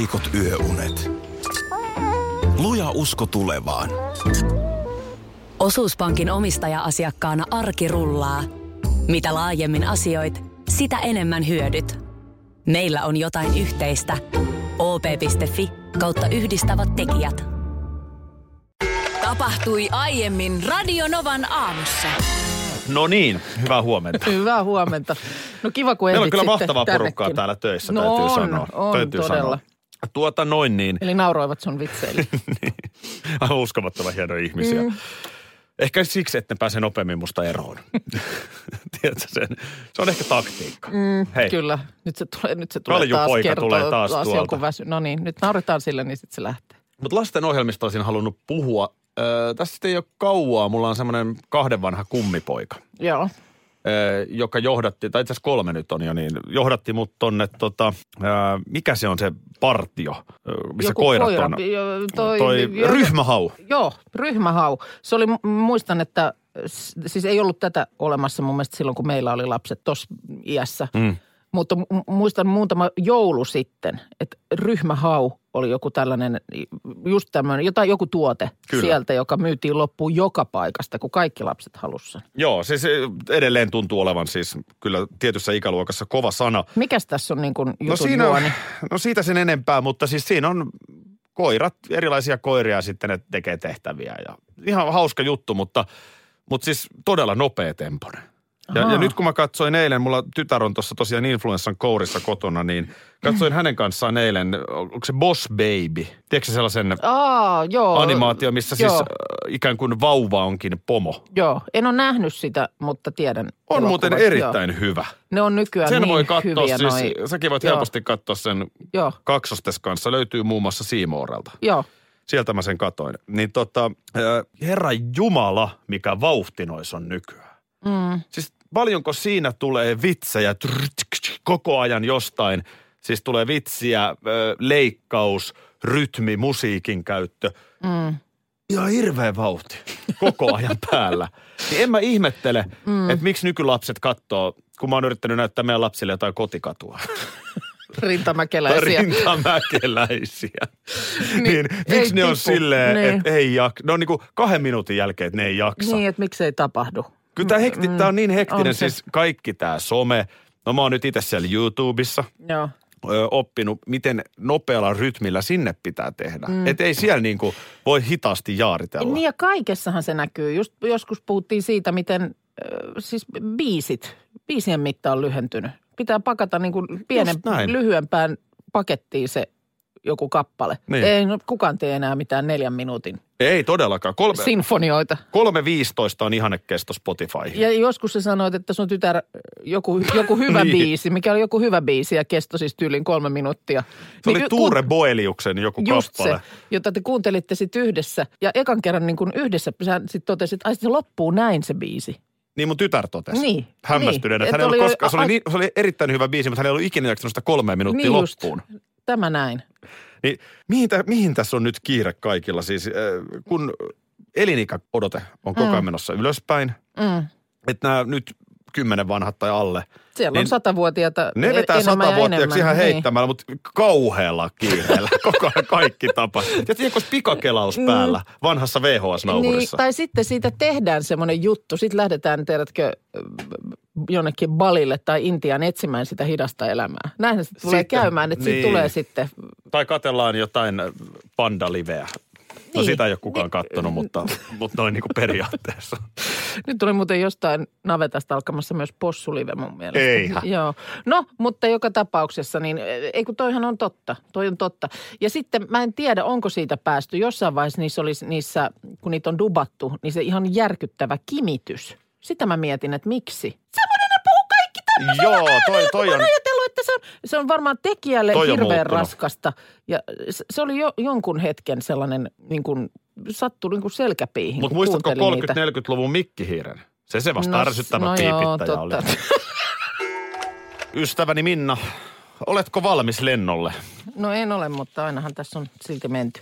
heikot yöunet. Luja usko tulevaan. Osuuspankin omistaja-asiakkaana arki rullaa. Mitä laajemmin asioit, sitä enemmän hyödyt. Meillä on jotain yhteistä. op.fi/yhdistävät tekijät. Tapahtui aiemmin Radio Novan aamussa. No niin, hyvää huomenta. Hyvää huomenta. No kiva, kun meillä on kyllä tännekin. mahtavaa porukkaa täällä töissä, no täytyy on, sanoa. on todella. Niin. Eli nauroivat sun vitseille. Niin. Aivan uskomattoman hienoja ihmisiä. Ehkä siksi, että ne pääsee nopeammin musta eroon. Tiedätkö sen? Se on ehkä taktiikka. Hei. Kyllä. Nyt se tulee taas poika kertoa tulee taas tuolta. No niin, nyt nauritaan sille, niin sitten se lähtee. Mutta lasten ohjelmista olisin halunnut puhua. Tässä ei ole kauaa. Mulla on semmoinen 2 vanha kummipoika. Joo. Joka johdatti, tai itse asiassa 3 nyt on jo niin, johdatti mut tonne mikä se on se partio, missä joku koirat on? Ryhmähau. Joo, ryhmähau. Se oli, muistan, että siis ei ollut tätä olemassa mun mielestä silloin, kun meillä oli lapset tuossa iässä. Mutta muistan muutama joulu sitten, että ryhmähau oli joku tällainen, just tämmöinen, joku tuote kyllä. Sieltä, joka myytiin loppuun joka paikasta, kun kaikki lapset halusi. Joo, siis edelleen tuntuu olevan siis kyllä tietyssä ikäluokassa kova sana. Mikäs tässä on niin kuin jutun juoni? No siitä sen enempää, mutta siis siinä on koirat, erilaisia koiria sitten ne tekee tehtäviä ja ihan hauska juttu, mutta siis todella nopea tempoinen. Ja nyt kun mä katsoin eilen, mulla tytär on tuossa tosiaan influenssan kourissa kotona, niin katsoin hänen kanssaan eilen, onko se Boss Baby? Tiedätkö sellaisen animaatio, missä siis ikään kuin vauva onkin pomo? Joo, en ole nähnyt sitä, mutta tiedän. On muuten erittäin hyvä. Ne on nykyään sen niin voi katsoa, hyviä siis, säkin voit helposti katsoa sen kaksostes kanssa. Löytyy muun muassa C-Morelta. Joo. Sieltä mä sen katoin. Niin herra jumala, mikä vauhti nois on nykyään. Siis paljonko siinä tulee vitsejä koko ajan jostain. Siis tulee vitsiä, leikkaus, rytmi, musiikin käyttö. Ihan hirveä vauhti koko ajan päällä. Niin en mä ihmettele, että miksi nykylapset katsoo, kun mä oon yrittänyt näyttää meidän lapsille jotain kotikatua. Rintamäkeläisiä. niin miksi ne on silleen, että ei jaksa. Ne on niinku 2 minuutin jälkeen, että ne ei jaksa. Niin, että miksi ei tapahdu. Kyllä tämä on niin hektinen, siis kaikki tämä some. No mä oon nyt itse siellä YouTubessa oppinut, miten nopealla rytmillä sinne pitää tehdä. Että ei siellä niinku voi hitaasti jaaritella. Niin ja kaikessahan se näkyy. Just joskus puhuttiin siitä, miten siis biisien mitta on lyhentynyt. Pitää pakata niin kuin lyhyempään pakettiin se joku kappale. Niin. Ei kukaan tee enää mitään 4 minuutin. Ei todellakaan. Sinfonioita. 3.15 on ihannekesto Spotifyhin. Ja joskus sä sanoit, että sun tytär joku hyvä biisi, mikä oli joku hyvä biisi ja kesto siis tyylin 3 minuuttia. Se oli Tuure Boeliuksen joku just kappale. Se, jota te kuuntelitte sitten yhdessä. Ja ekan kerran niin kuin yhdessä sä sitten totesit, että se loppuu näin se biisi. Niin mun tytär totesi. Niin. Hämmästyneenä. Se oli erittäin hyvä biisi, mutta hän ei ollut ikinä jaksanut sitä 3 minuuttia niin loppuun. Just. Tämä näin. Niin mihin tässä on nyt kiire kaikilla? Siis kun elinikäodote on koko ajan menossa ylöspäin, että nämä nyt 10 vanhat tai alle. Siellä on 100-vuotiaita ne vetää 100-vuotiaaksi ihan heittämällä, mutta kauhealla kiireellä. Koko ajan kaikki tapahtuu. Ja tiedätkö, pikakelaus päällä vanhassa VHS-naurissa. Niin, tai sitten siitä tehdään semmoinen juttu. Sitten lähdetään, tiedätkö, jonnekin Balille tai Intiaan etsimään sitä hidasta elämää. Näinhän se tulee käymään, että siitä tulee sitten. Tai katsellaan jotain pandaliveä. No sitä ei ole kukaan kattonut, mutta noin niin kuin periaatteessa. Nyt tuli muuten jostain navetasta alkamassa myös possulive mun mielestä. Eihän. Joo. No, mutta joka tapauksessa, niin ei kun toihan on totta. Toi on totta. Ja sitten mä en tiedä, onko siitä päästy. Jossain vaiheessa niissä, kun niitä on dubattu, niin se ihan järkyttävä kimitys. Sitä mä mietin, että miksi. Semmoinen ne puhuu kaikki tämmöisen. Joo, toi on. Ajatellut, että se on varmaan tekijälle hirveän raskasta. Ja se oli jonkun hetken sellainen, niin kuin sattui niin kuin selkäpiihin. Mutta muistatko 30-40-luvun Mikkihiiren? Se vasta ärsyttävä piipittäjä oli. Ystäväni Minna, oletko valmis lennolle? No en ole, mutta ainahan tässä on silti menty.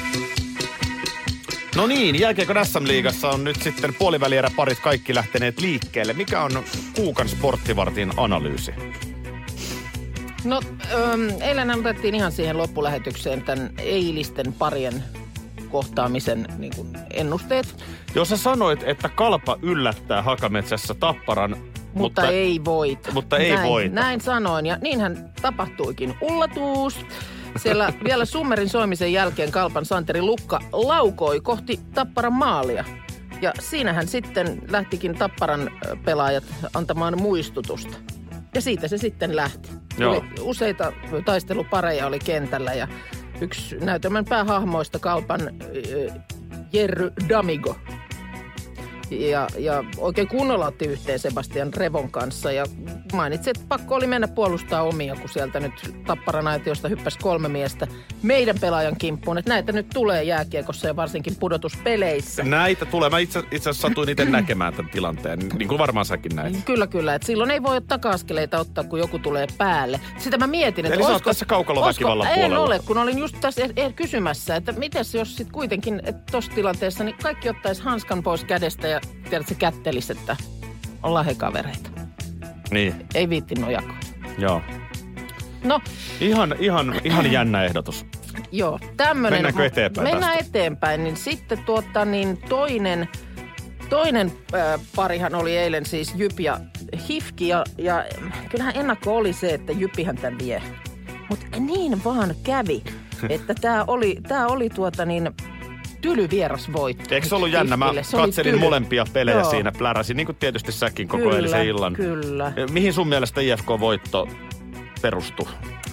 No niin, jälkeen SM-liigassa on nyt sitten puolivälieräparit kaikki lähteneet liikkeelle. Mikä on Kuukan sporttivartin analyysi? No, eilen otettiin ihan siihen loppulähetykseen tämän eilisten parien kohtaamisen niin kuin ennusteet. Jos sä sanoit, että Kalpa yllättää Hakametsässä Tapparan, mutta ei voita. Mutta ei voita. Näin sanoin ja niinhän tapahtuikin. Ullatuus. Siellä vielä Summerin soimisen jälkeen Kalpan Santeri Lukka laukoi kohti Tapparan maalia. Ja siinähän sitten lähtikin Tapparan pelaajat antamaan muistutusta. Ja siitä se sitten lähti. Useita taistelupareja oli kentällä ja yksi näytelmän päähahmoista Kalpan Jerry Damigo. Ja oikein kunnolla otti yhteen Sebastian Revon kanssa ja mainitsi, että pakko oli mennä puolustaa omia, kun sieltä nyt Tapparan aitiosta hyppäsi 3 miestä meidän pelaajan kimppuun. Että näitä nyt tulee jääkiekossa ja varsinkin pudotuspeleissä. Näitä tulee. Mä itse asiassa satuin itse näkemään tämän tilanteen, niin kuin varmaan säkin näit. Kyllä. Että silloin ei voi taka-askeleita ottaa, kun joku tulee päälle. Sitä mä mietin, että eli sä oot tässä kaukaloväkivallan puolella. En ole, kun olin just tässä kysymässä, että mites jos sitten kuitenkin, että tossa tilanteessa niin kaikki ottaisi hanskan pois kädestä ja tiedätkö, kättelisi, että ollaan he kavereita. Niin. Ei viitti nojakoida. Joo. No. Ihan jännä ehdotus. Joo, tämmönen. Mennäänkö eteenpäin Mennään tästä? eteenpäin, niin sitten toinen parihan oli eilen siis Jyp ja Hifki ja kyllähän ennakko oli se, että Jypihän tämän vie. Mutta niin vaan kävi, että tää oli tyly vierasvoitto. Eikö se ollut jännä? Mä katselin molempia pelejä siinä, pläräsin, niin kuin tietysti säkin koko eilisen illan. Kyllä. Mihin sun mielestä IFK-voitto perustuu?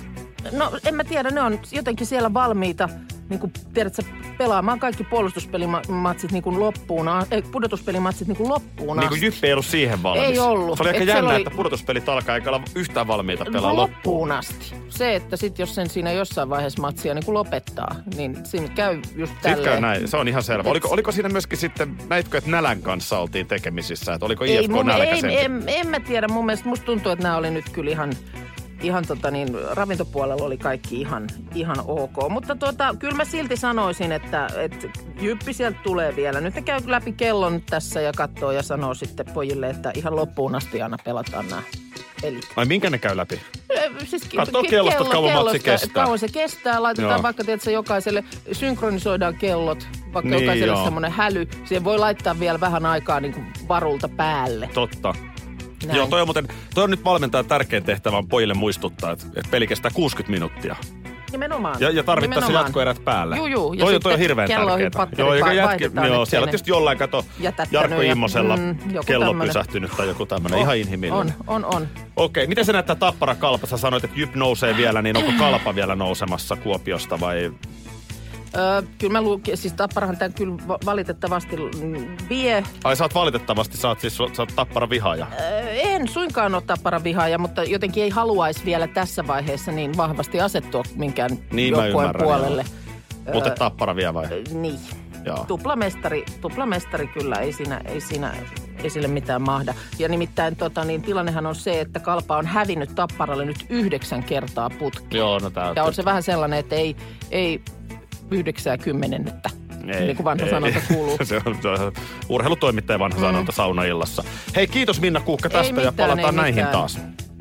No en mä tiedä, ne on jotenkin siellä valmiita, niin kuin tiedätkö, pelaamaan kaikki puolustuspelimatsit niin kuin loppuun, pudotuspelimatsit niin kuin loppuun asti. Niin kuin Jyppi ei ollut siihen valmis. Ei ollut. Se oli aika jännä, että pudotuspelit alkaa eikä olla yhtään valmiita pelaa loppuun asti. Se, että sitten jos sen siinä jossain vaiheessa matsia niin kuin lopettaa, niin siinä käy just tälleen. Sitten käy näin, se on ihan selvä. Oliko siinä myöskin sitten, näitkö, että nälän kanssa oltiin tekemisissä? Että oliko IFK nälkäisempi? En mä tiedä, musta tuntuu, että nämä oli nyt kyllä ihan ravintopuolella oli kaikki ihan ok. Mutta kyllä mä silti sanoisin, että Jyppi sieltä tulee vielä. Nyt ne käy läpi kellon tässä ja katsoo ja sanoo sitten pojille, että ihan loppuun asti aina pelataan nämä pelit. Ai minkä ne käy läpi? Siis katsoo kellosta, kauan matsi kestää. Kauan se kestää. Laitetaan vaikka, tiedätkö, jokaiselle, synkronisoidaan kellot, vaikka niin, jokaiselle semmoinen häly. Siihen voi laittaa vielä vähän aikaa niin kuin varulta päälle. Totta. Näin. Joo, toi on nyt valmentajan tärkein tehtävä on pojille muistuttaa, että peli kestää 60 minuuttia. Nimenomaan. Ja tarvittaessa jatkoerät päälle. Juu. Ja toi on hirveän tärkeää. Joo, joo, siellä tietysti jollain Jarkko Immosella kello tämmönen. Pysähtynyt tai joku tämmöinen. Ihan inhimillinen. On. Okei, miten se näyttää Tappara Kalpa? Sä sanoit, että Jyp nousee vielä, niin onko Kalpa vielä nousemassa Kuopiosta vai... Kyllä mä siis Tapparahan tämän kyllä valitettavasti vie. Ai sä oot Tappara vihaaja? En suinkaan ole Tappara vihaaja, mutta jotenkin ei haluaisi vielä tässä vaiheessa niin vahvasti asettua minkään joukkueen puolelle. Mutta Tappara vie vai? Niin. Joo. Tuplamestari kyllä, ei siinä sille mitään mahda. Ja nimittäin tilannehan on se, että Kalpa on hävinnyt Tapparalle nyt 9 kertaa putkeen. Joo, no tää ja on se vähän sellainen, että ei 90. Niin kuin vanha sanonta kuuluu. Se on urheilutoimittaja vanha sanonta saunaillassa. Hei, kiitos Minna Kuukka tästä ja palataan näihin taas.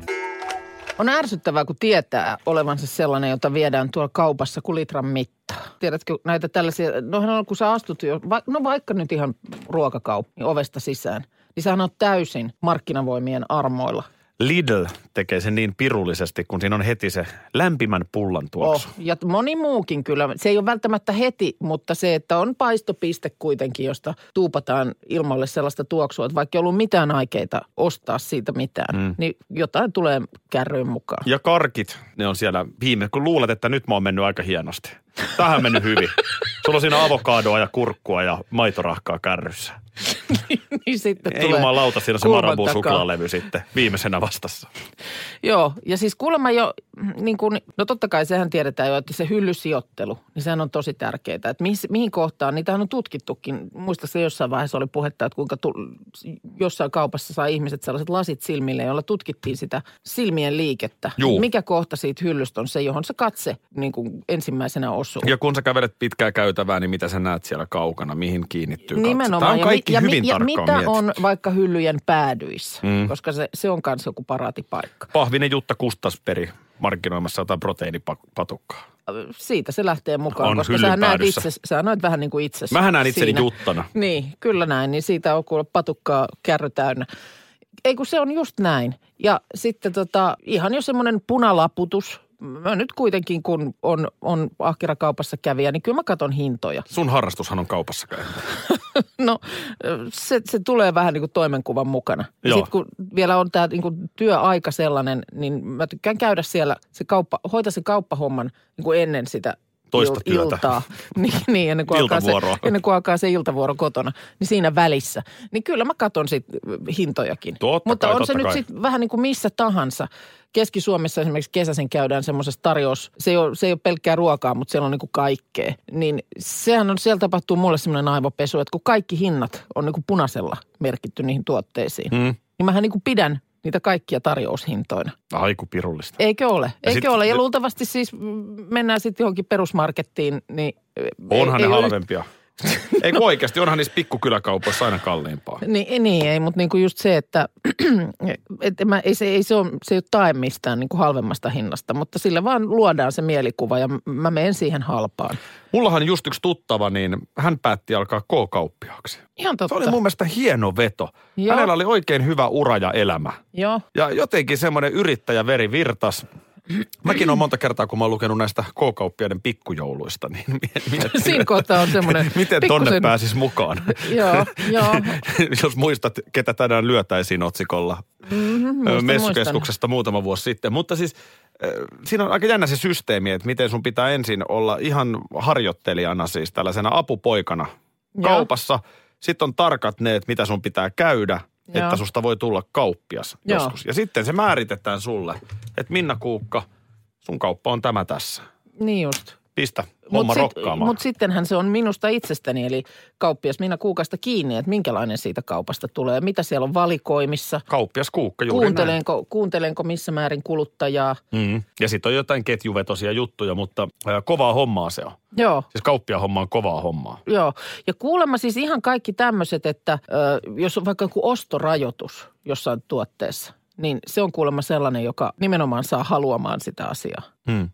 On ärsyttävää, kun tietää olevansa sellainen, jota viedään tuolla kaupassa kuin litran mittaa. Tiedätkö näitä tällaisia, kun sä astut vaikka nyt ihan ruokakauppiin ovesta sisään, niin sähän on täysin markkinavoimien armoilla. Lidl tekee sen niin pirullisesti, kun siinä on heti se lämpimän pullan tuoksu. Ja moni muukin kyllä. Se ei ole välttämättä heti, mutta se, että on paistopiste kuitenkin, josta tuupataan ilmalle sellaista tuoksua, että vaikka ei ollut mitään aikeita ostaa siitä mitään, niin jotain tulee kärryyn mukaan. Ja karkit, ne on siellä kun luulet, että nyt mä oon mennyt aika hienosti. Tähän on mennyt hyvin. Sulla on siinä avokadoa ja kurkkua ja maitorahkaa kärryssä. Niin sitten ei jumalauta, siinä on se Marabou-suklaalevy sitten viimeisenä vastassa. Joo, ja siis kuulemma jo, niin kuin, no totta kai sehän tiedetään jo, että se hyllysijoittelu, niin sehän on tosi tärkeää. Että mihin kohtaan, niitähän on tutkittukin. Muistaakseni jossain vaiheessa oli puhetta, että kuinka jossain kaupassa saa ihmiset sellaiset lasit silmille, joilla tutkittiin sitä silmien liikettä. Juu. Mikä kohta siitä hyllystä on se, johon se katse niin kuin ensimmäisenä osuu. Ja kun sä kävelet pitkää käytävää, niin mitä sä näet siellä kaukana, mihin kiinnittyy katse? Nimenomaan. Tämä on kaikki hyvin tarkkaan mitä on vaikka hyllyjen päädyissä, koska se on myös joku paraatipaikka. Pahvinen Jutta Kustasperi markkinoimassa jotain proteiinipatukkaa. Siitä se lähtee mukaan, On koska sä näet vähän niin kuin itsesi. Mähän näen itseni siinä. juttana. Niin, kyllä näin. Niin siitä on kuule patukkaa kärry täynnä. Ei kun se on just näin. Ja sitten ihan jo semmoinen punalaputus. Mä nyt kuitenkin, kun on ahkerakaupassa kävijä, niin kyllä mä katon hintoja. Sun harrastushan on kaupassa käy. No se tulee vähän niin kuin toimenkuvan mukana. Sitten kun vielä on tämä niin kuin työaika sellainen, niin mä tykkään käydä siellä hoitaa se kauppahomman niin kuin ennen sitä toista työtä. Iltaa. Niin, ennen kuin alkaa se iltavuoro kotona, niin siinä välissä. Niin kyllä mä katon sitten hintojakin. Mutta on se nyt sitten vähän niin kuin missä tahansa. Keski-Suomessa esimerkiksi kesäisen käydään semmoisessa se ei ole pelkkää ruokaa, mutta siellä on niin kuin kaikkea. Niin siellä tapahtuu mulle semmoinen aivopesu, että kun kaikki hinnat on niin kuin punaisella merkitty niihin tuotteisiin, niin mähän niin kuin pidän niitä kaikkia tarjoushintoina. Aiku pirullista. Eikö ole? Ja luultavasti siis mennään sitten johonkin perusmarkettiin, niin onhan ne halvempia. Ei oikeasti, onhan niissä pikkukyläkaupoissa aina kalliimpaa. Niin ei, mutta niinku just se, että se ei ole tae mistään niinku halvemmasta hinnasta, mutta sillä vaan luodaan se mielikuva ja mä menen siihen halpaan. Mullahan just yksi tuttava, niin hän päätti alkaa K-kauppiaaksi. Ihan totta. Se oli mun mielestä hieno veto. Joo. Hänellä oli oikein hyvä ura ja elämä. Joo. Ja jotenkin semmoinen yrittäjäveri virtas. Mäkin olen monta kertaa, kun mä oon lukenut näistä K-kauppiaiden pikkujouluista, niin mietin, siinä kohtaa on semmoinen miten tonne pääsis mukaan. Joo. Jos muistat, ketä tänään lyötäisiin otsikolla messukeskuksesta muutama vuosi sitten. Mutta siis siinä on aika jännä se systeemi, että miten sun pitää ensin olla ihan harjoittelijana, siis tällaisena apupoikana kaupassa. Sitten on tarkat ne, että mitä sun pitää käydä. Joo. Että susta voi tulla kauppias joskus. Ja sitten se määritetään sulle, että Minna Kuukka, sun kauppa on tämä tässä. Niin just. Pistä homma rokkaamaan. Mutta sittenhän se on minusta itsestäni, eli kauppias Minna Kuukasta kiinni, että minkälainen siitä kaupasta tulee. Mitä siellä on valikoimissa. Kauppias Kuukka, juuri Kuuntelenko missä määrin kuluttajaa. Ja sitten on jotain ketjuvetosia juttuja, mutta kovaa hommaa se on. Joo. Siis kauppiaan homma on kovaa hommaa. Joo. Ja kuulemma siis ihan kaikki tämmöiset, että jos on vaikka joku ostorajoitus jossain tuotteessa, niin se on kuulemma sellainen, joka nimenomaan saa haluamaan sitä asiaa.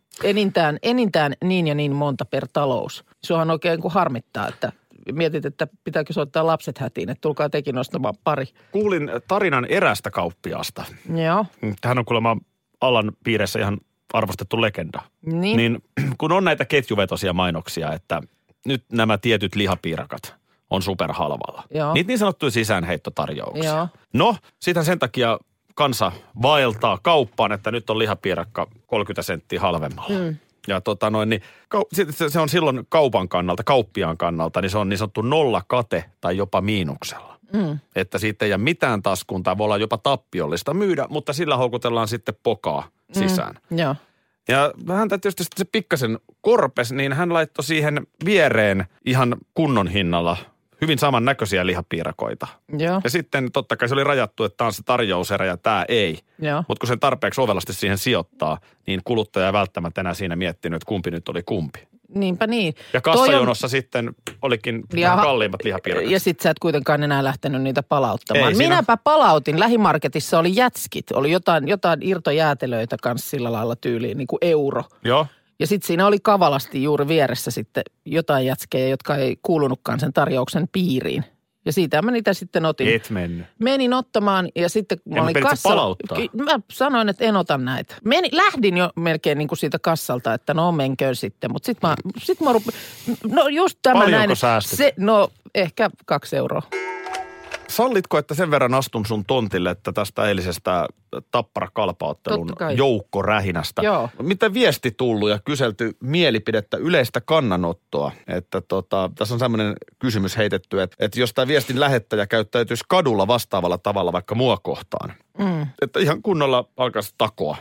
Enintään niin ja niin monta per talous. Sehän oikein kuin harmittaa, että mietit, että pitääkö soittaa lapset hätiin, että tulkaa tekin ostamaan pari. Kuulin tarinan erästä kauppiaasta. Joo. Hän on kuulemma alan piirissä ihan arvostettu legenda. Niin kun on näitä ketjuvetosia mainoksia, että nyt nämä tietyt lihapiirakat on superhalvalla. Joo. Niitä niin sanottuja sisäänheittotarjouksia. Joo. No, sitten sen takia kansa vaeltaa kauppaan, että nyt on lihapiirakka 30 senttiä halvemmalla. Ja niin se on silloin kauppiaan kannalta, niin se on niin sanottu nollakate tai jopa miinuksella. Että siitä ei jää mitään taskuun tai voi olla jopa tappiollista myydä, mutta sillä houkutellaan sitten pokaa sisään. Joo. Ja häntä tietysti se pikkasen korpes, niin hän laittoi siihen viereen ihan kunnon hinnalla hyvin samannäköisiä lihapiirakoita. Joo. Ja sitten totta kai se oli rajattu, että tämä on se tarjouserä ja tämä ei. Mutta kun sen tarpeeksi ovelasti siihen sijoittaa, niin kuluttaja ei välttämättä enää siinä miettinyt, että kumpi nyt oli kumpi. Niinpä niin. Ja kassajonossa sitten olikin vähän kalliimmat lihapiirakat. Ja sit sä et kuitenkaan enää lähtenyt niitä palauttamaan. Minäpä palautin. Lähimarketissa oli jätskit. Oli jotain irtojäätelöitä kanssa sillä lailla tyyliin, niin kuin euro. Joo. Ja sitten siinä oli kavalasti juuri vieressä sitten jotain jätskejä, jotka ei kuulunutkaan sen tarjouksen piiriin. Ja siitä mä niitä sitten otin. Et mennyt. Menin ottamaan ja sitten kun mä olin kassalla. Mä sanoin, että en ota näitä. Lähdin jo melkein niin kuin siitä kassalta, että no menköön sitten. Mutta sit mä no just tämä näin. Paljonko säästit? No ehkä 2 euroa. Sallitko, että sen verran astun sun tontille, että tästä eilisestä Tappara-Kalpa-ottelun joukkorähinästä? Joo. Mitä viesti tullut ja kyselty mielipidettä, yleistä kannanottoa? Että tässä on sellainen kysymys heitetty, että jos tämä viestin lähettäjä käyttäytyisi kadulla vastaavalla tavalla vaikka mua kohtaan, että ihan kunnolla alkaisi takoa.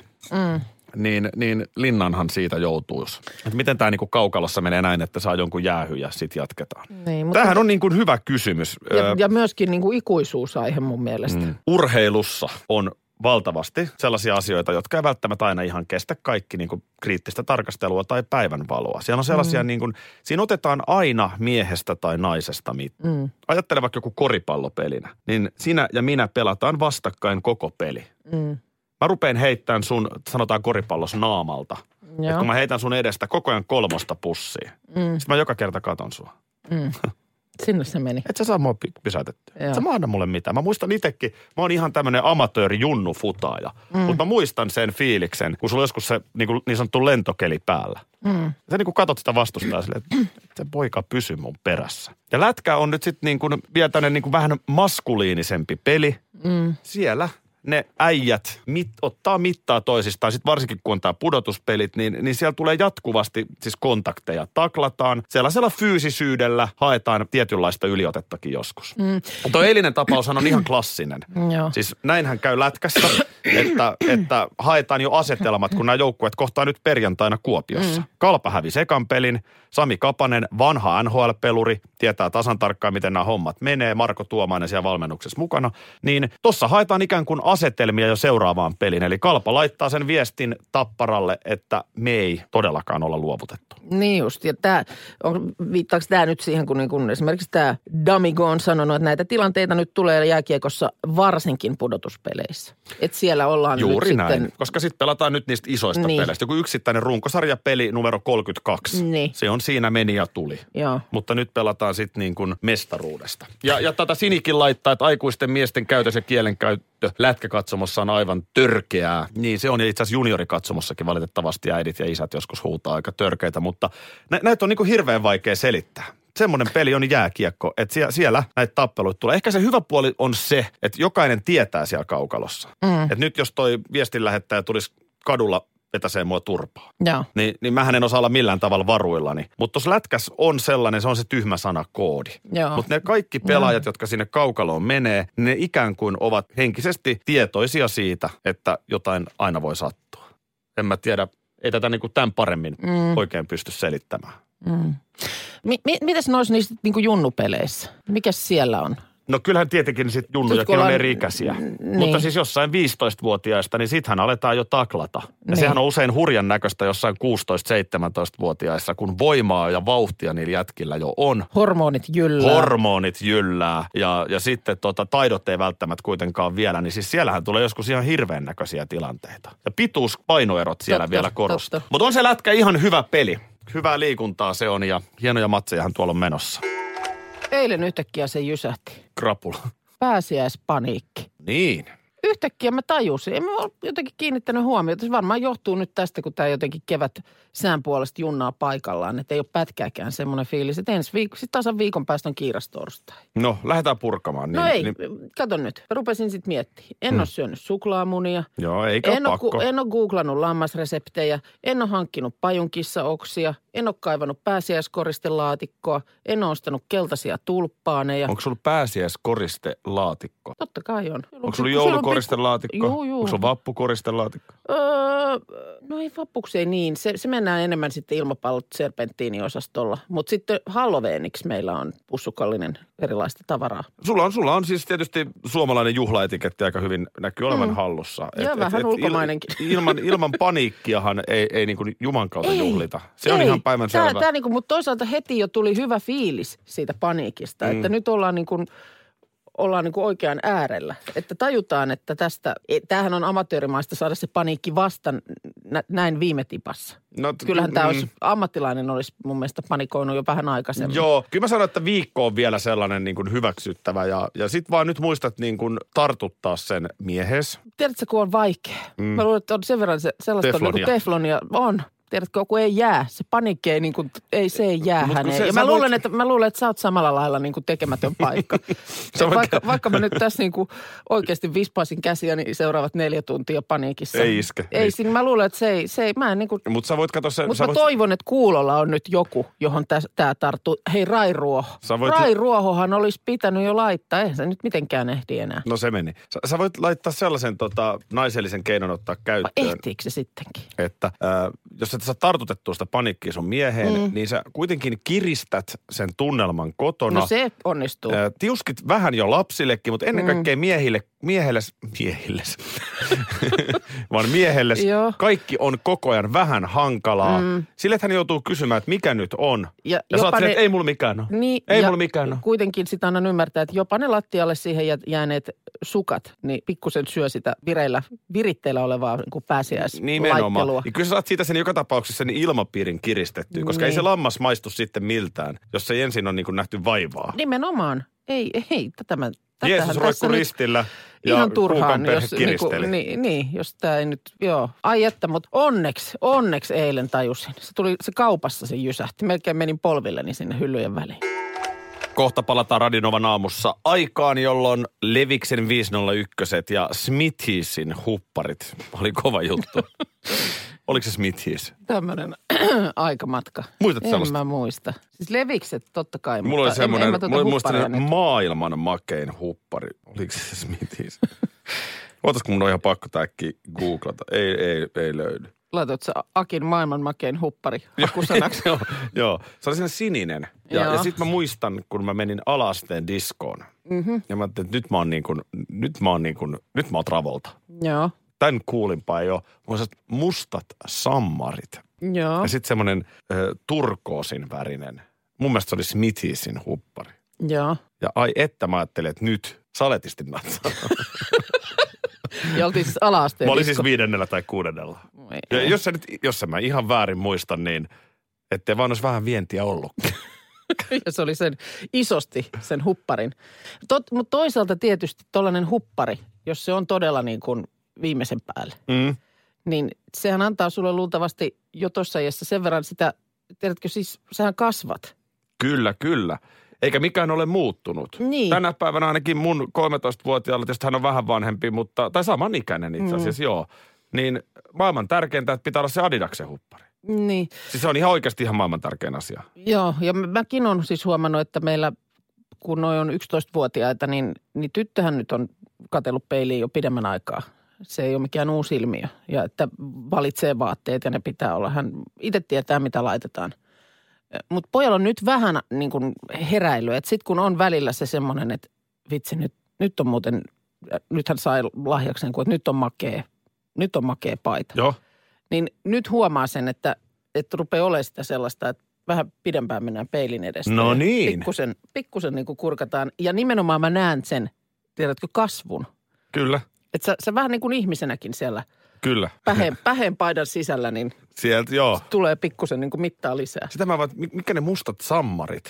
Niin linnanhan siitä joutuu. Että miten tämä niinku kaukalossa menee näin, että saa jonkun jäähy ja sitten jatketaan. Niin, tämähän on niinku hyvä kysymys. Ja myöskin niinku ikuisuusaihe mun mielestä. Urheilussa on valtavasti sellaisia asioita, jotka ei välttämättä aina ihan kestä kaikki niinku kriittistä tarkastelua tai päivänvaloa. Siellä on sellaisia siinä otetaan aina miehestä tai naisesta mitään. Ajattele vaikka joku koripallopelinä, niin sinä ja minä pelataan vastakkain koko peli. mä rupean heittämään sun, sanotaan koripallossa naamalta. Että kun mä heitän sun edestä koko ajan 3 pussia. Sitten mä joka kerta katon sua. Sinne se meni. Et sä saa mua pysäytettyä. Et sä anna mulle mitään. Mä muistan itsekin, mä oon ihan tämmönen amatööri junnu-futaaja. Mutta mä muistan sen fiiliksen, kun sulla on joskus se niin sanottu lentokeli päällä. Sä niin kuin katot sitä vastustaa silleen, että se poika pysy mun perässä. Ja lätkä on nyt sitten niin kuin vielä tämmönen niin kuin vähän maskuliinisempi peli. Siellä ne äijät ottaa mittaa toisistaan, sitten varsinkin kun on tää pudotuspelit, niin siellä tulee jatkuvasti siis kontakteja. Taklataan, sellaisella fyysisyydellä haetaan tietynlaista yliotettakin joskus. Tuo eilinen tapaushan on ihan klassinen. Siis näinhän käy lätkässä, että haetaan jo asetelmat, kun nämä joukkueet kohtaa nyt perjantaina Kuopiossa. Kalpa hävisi ekan pelin, Sami Kapanen, vanha NHL-peluri, tietää tasan tarkkaan, miten nämä hommat menee, Marko Tuomainen siellä valmennuksessa mukana, niin tossa haetaan ikään kuin asetelmia jo seuraavaan peliin. Eli Kalpa laittaa sen viestin Tapparalle, että me ei todellakaan olla luovutettu. Niin just, ja viittaako tämä nyt siihen, kun esimerkiksi tämä Damigo on sanonut, että näitä tilanteita nyt tulee jääkiekossa varsinkin pudotuspeleissä. Että siellä ollaan juuri nyt näin, sitten koska sitten pelataan nyt niistä isoista peleistä. Joku yksittäinen runkosarjapeli numero 32. Niin. Se on siinä meni ja tuli. Joo. Mutta nyt pelataan sitten niin kuin mestaruudesta. Ja tätä Sinikin laittaa, että aikuisten miesten käytös ja kielenkäyttö lätkäkatsomossa on aivan törkeää. Niin se on, ja itse asiassa juniorikatsomossakin valitettavasti äidit ja isät joskus huutaa aika törkeitä, mutta näitä on niin kuin hirveän vaikea selittää. Semmoinen peli on jääkiekko, että siellä näitä tappeluita tulee. Ehkä se hyvä puoli on se, että jokainen tietää siellä kaukalossa. Että nyt jos toi viestin lähettäjä tulisi kadulla vetäsee mua turpaa, niin mähän en osaa olla millään tavalla varuillani. Mutta tuossa lätkässä on sellainen, se on se tyhmä sana koodi. Mutta ne kaikki pelaajat, jotka sinne kaukaloon menee, ne ikään kuin ovat henkisesti tietoisia siitä, että jotain aina voi sattua. En mä tiedä, ei tätä niin kuin tämän paremmin oikein pysty selittämään. Mitäs noissa niissä niin kuin junnupeleissä? Mikäs siellä on? No kyllähän tietenkin sit junnujakin on eri-ikäisiä. Niin. Mutta siis jossain 15-vuotiaista, niin sittenhän aletaan jo taklata. Ja niin. Sehän on usein hurjan näköistä jossain 16-17-vuotiaissa, kun voimaa ja vauhtia niillä jätkillä jo on. Hormonit jyllää. Ja sitten taidot ei välttämättä kuitenkaan vielä, niin siis siellähän tulee joskus ihan hirveän näköisiä tilanteita. Ja pituuspainoerot siellä vielä korostuu. Mutta on se lätkä ihan hyvä peli. Hyvää liikuntaa se on ja hienoja matsejahan tuolla on menossa. Eilen yhtäkkiä se jysähti. Krapula. Pääsiäispaniikki. Niin. Yhtäkkiä mä tajusin. En mä ole jotenkin kiinnittänyt huomiota. Se varmaan johtuu nyt tästä, kun tämä jotenkin kevät sään puolesta junnaa paikallaan. Että ei ole pätkääkään semmoinen fiilis. Että ensi viikko, sitten tasan viikon päästä on kiirastorstai. No, lähdetään purkamaan. No ei, kato nyt. Rupesin sitten miettimään. En ole syönyt suklaamunia. Joo, eikä pakko. En ole googlannut lammasreseptejä. En ole hankkinut pajunkissaoksia. En ole kaivannut pääsiäiskoristelaatikkoa. En ole ostanut keltaisia tulppaaneja. Onko sulla pääsiäiskoristelaatikko? Totta kai on. Onko sulla joulukoristelaatikko? Joo. Onko sulla vappukoristelaatikko? No ei vappuksi ei niin. Se mennään enemmän sitten ilmapallot serpenttiiniosastolla. Mutta sitten Halloweeniksi meillä on pussukallinen erilaista tavaraa. Sulla on siis tietysti suomalainen juhlaetiketti aika hyvin näkyy olevan hallussa. Ja vähän ulkomainenkin. Ilman paniikkiahan ei niin kuin Juman kautta juhlita. Se on ihan päivänselvä. Mutta toisaalta heti jo tuli hyvä fiilis siitä paniikista, että nyt ollaan niin kuin oikean äärellä. Että tajutaan, että tämähän on amatöörimaista saada se paniikki vasta näin viime tipassa. No, kyllähän tämä olisi, ammattilainen olisi mun mielestä panikoinut jo vähän aikaisemmin. Joo, kyllä mä sanon, että viikko on vielä sellainen niin kuin hyväksyttävä ja sit vaan nyt muistat niin kuin tartuttaa sen miehes. Tiedätkö, kun on vaikea. Mä luulen, että on sen verran sellaista niin kuin teflonia. On. Tiedätkö, kun ei jää. Se paniikki ei, niin kuin, se ei jää häneen. Ja mä luulen, että sä oot samalla lailla niin kuin tekemätön paikka. Vaikka mä nyt tässä niin kuin oikeasti vispaisin käsiäni seuraavat 4 tuntia paniikissa. Ei iske. Mä luulen, että se ei mä en niin kuin. Mutta sä voit katsoa sen. Mutta mä toivon, että kuulolla on nyt joku, johon tää tarttuu. Hei, Rairuoho. Rairuohohan olisi pitänyt jo laittaa. Eihän se nyt mitenkään ehdi enää. No se meni. Sä voit laittaa sellaisen naisellisen keinon ottaa käyttöön. Ehtiikö se sittenkin? Että jos et saa tartutettua sitä paniikkia sun mieheen, niin sä kuitenkin kiristät sen tunnelman kotona. No se onnistuu. Tiuskit vähän jo lapsillekin, mutta ennen kaikkea miehille miehelles, vaan miehelles kaikki on koko ajan vähän hankalaa. Sille, että hän joutuu kysymään, että mikä nyt on. Ja sä oot silleen, että ei mulla mikään ole. Niin, ei mulla mikään ole. Kuitenkin sitä annan ymmärtää, että jopa ne lattialle siihen jääneet sukat, niin pikkusen syö sitä viritteillä olevaa niin pääsiäislaittelua. Nimenomaan. Ja kyllä sä saat siitä sen joka tapauksessa sen ilmapiirin kiristettyä, koska ei se lammas maistu sitten miltään, jos se ensin on niin kuin nähty vaivaa. Nimenomaan. Ei, Jeesus roikkui ristillä ja ihan turhaan, jos kiristeli. Jos tämä ei nyt, Ai että, mutta onneksi eilen tajusin. Se kaupassa se jysähti. Melkein menin polvilleni sinne hyllyjen väliin. Kohta palataan Radio Novan aamussa aikaan, jolloin Leviksen 501 ja Smithiesin hupparit oli kova juttu. Oliko se Smithies? Tämmöinen aikamatka. Muistatko sellaista? En mä muista. Siis Levikset totta kai. Mulla oli semmoinen, maailman makein huppari. Oliko se Smithies? Ootasko mun on ihan pakko tääkin googlata? Ei löydy. Laitat sä Akin maailman makein huppari hakusanaksi? Joo. Se oli sellainen sininen. Ja sitten mä muistan, kun mä menin ala-asteen diskoon. Mm-hmm. Ja mä ajattelin, että nyt mä oon Travolta. Joo. Tän kuulimpaa ei ole. Mulla on mustat sammarit. Joo. Ja sitten semmoinen turkoosin värinen. Mun mielestä se oli Smithiesin huppari. Joo. Ja ai että mä ajattelin, että nyt saletisti natsaa. Ja oltiin siis ala-asteen. Mä olin siis 5. tai 6. Ja jos mä ihan väärin muistan, niin ettei vaan olisi vähän vientiä ollut. Ja se oli isosti sen hupparin. Mutta toisaalta tietysti tollainen huppari, jos se on todella niin kuin viimeisen päälle, niin sehän antaa sulle luultavasti jo tuossa iässä sen verran sitä, tiedätkö siis, sähän kasvat. Kyllä. Eikä mikään ole muuttunut. Niin. Tänä päivänä ainakin mun 13-vuotiaalla, tietysti hän on vähän vanhempi, tai samanikäinen itse asiassa, niin maailman tärkeintä, että pitää olla se Adidaksen huppari. Niin. Siis se on ihan oikeasti ihan maailman tärkein asia. Joo, ja mäkin olen siis huomannut, että meillä, kun noi on 11-vuotiaita, niin tyttöhän nyt on katsellut peiliin jo pidemmän aikaa. Se ei ole mikään uusi ilmiö. Ja että valitsee vaatteet ja ne pitää olla. Hän itse tietää, mitä laitetaan. Mutta pojalla on nyt vähän niin kuin heräily. Että sitten kun on välillä se semmoinen, että vitsi, nyt on muuten, nythän sai lahjaksen, että nyt on makea paita. Joo. Niin nyt huomaa sen, että rupeaa olemaan sitä sellaista, että vähän pidempään mennään peilin edestä. No niin. Pikkusen niin kuin kurkataan. Ja nimenomaan mä näen sen, tiedätkö, kasvun. Kyllä. Että sä vähän niin kuin ihmisenäkin siellä. Kyllä. Päheen paidan sisällä, niin sieltä, tulee pikkusen niin kuin mittaa lisää. Sitä mä vaan, mikä ne mustat sammarit?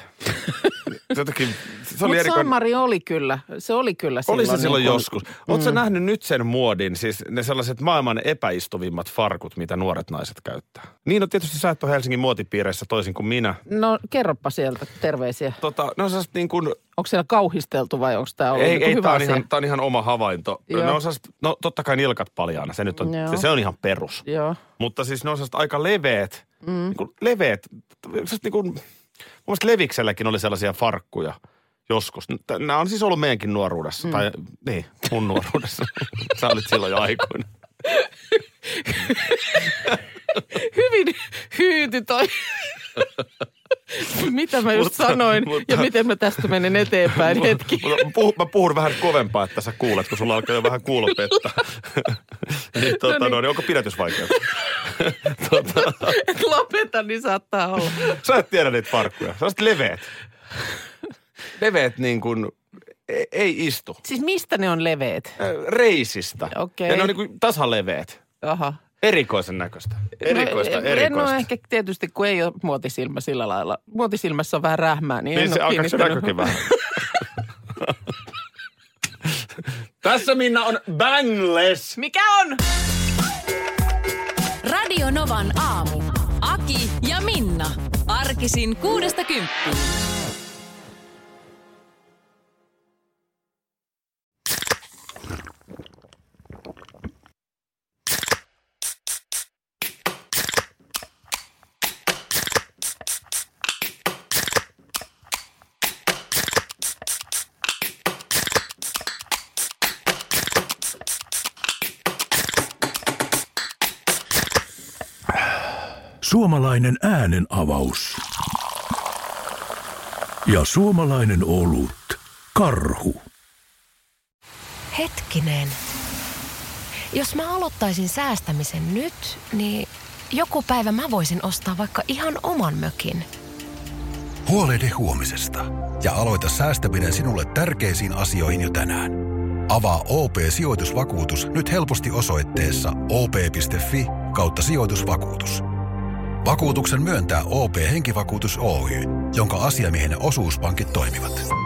Mutta sammari oli kyllä. Se oli kyllä silloin. Oli se silloin niin joskus. Ootko sä nähnyt nyt sen muodin, siis ne sellaiset maailman epäistuvimmat farkut, mitä nuoret naiset käyttää? Niin, no tietysti sä et ole Helsingin muotipiireissä toisin kuin minä. No kerropa sieltä terveisiä. Ne on sellaiset niin kuin... Onko siellä kauhisteltu vai onko tämä ollut ei, hyvä asia? Tää on ihan oma havainto. Ne on sellaiset, totta kai nilkat paljaana, se nyt on, se on ihan perus. Joo. Mutta siis ne on sellaiset aika leveät, sellaiset niin kuin, mun mielestä Levikselläkin oli sellaisia farkkuja joskus. Nämä on siis ollut meidänkin nuoruudessa, tai niin, mun nuoruudessa. Sä olit silloin jo aikuinen. Hyvin hyyty toi. Mitä mä just sanoin ja miten mä tästä menen eteenpäin hetki. Mä puhun vähän kovempaa, että sä kuulet, kun sulla alkaa jo vähän kuulopettaa. niin, onko pidätysvaikeus? Et lopeta, niin saattaa olla. Sä et tiedä niitä farkkuja. Sä olet leveät. Leveät niin kuin ei istu. Siis mistä ne on leveät? Reisistä. Okei. Ja ne on niin kuin tasaleveät. Aha. Erikoisen näköistä. Erikoista. No ehkä tietysti, kun ei ole muotisilmä sillä lailla. Muotisilmässä on vähän rähmää, niin en se ole kiinnittänyt. Se näkökin vähän. Tässä Minna on bangless. Mikä on? Radio Novan aamu. Aki ja Minna. Arkisin 6–10. Suomalainen äänen avaus. Ja suomalainen olut. Karhu. Hetkinen. Jos mä aloittaisin säästämisen nyt, niin joku päivä mä voisin ostaa vaikka ihan oman mökin. Huolehdi huomisesta ja aloita säästäminen sinulle tärkeisiin asioihin jo tänään. Avaa OP-sijoitusvakuutus nyt helposti osoitteessa op.fi/sijoitusvakuutus. Vakuutuksen myöntää OP-henkivakuutus Oy, jonka asiamiehen osuuspankit toimivat.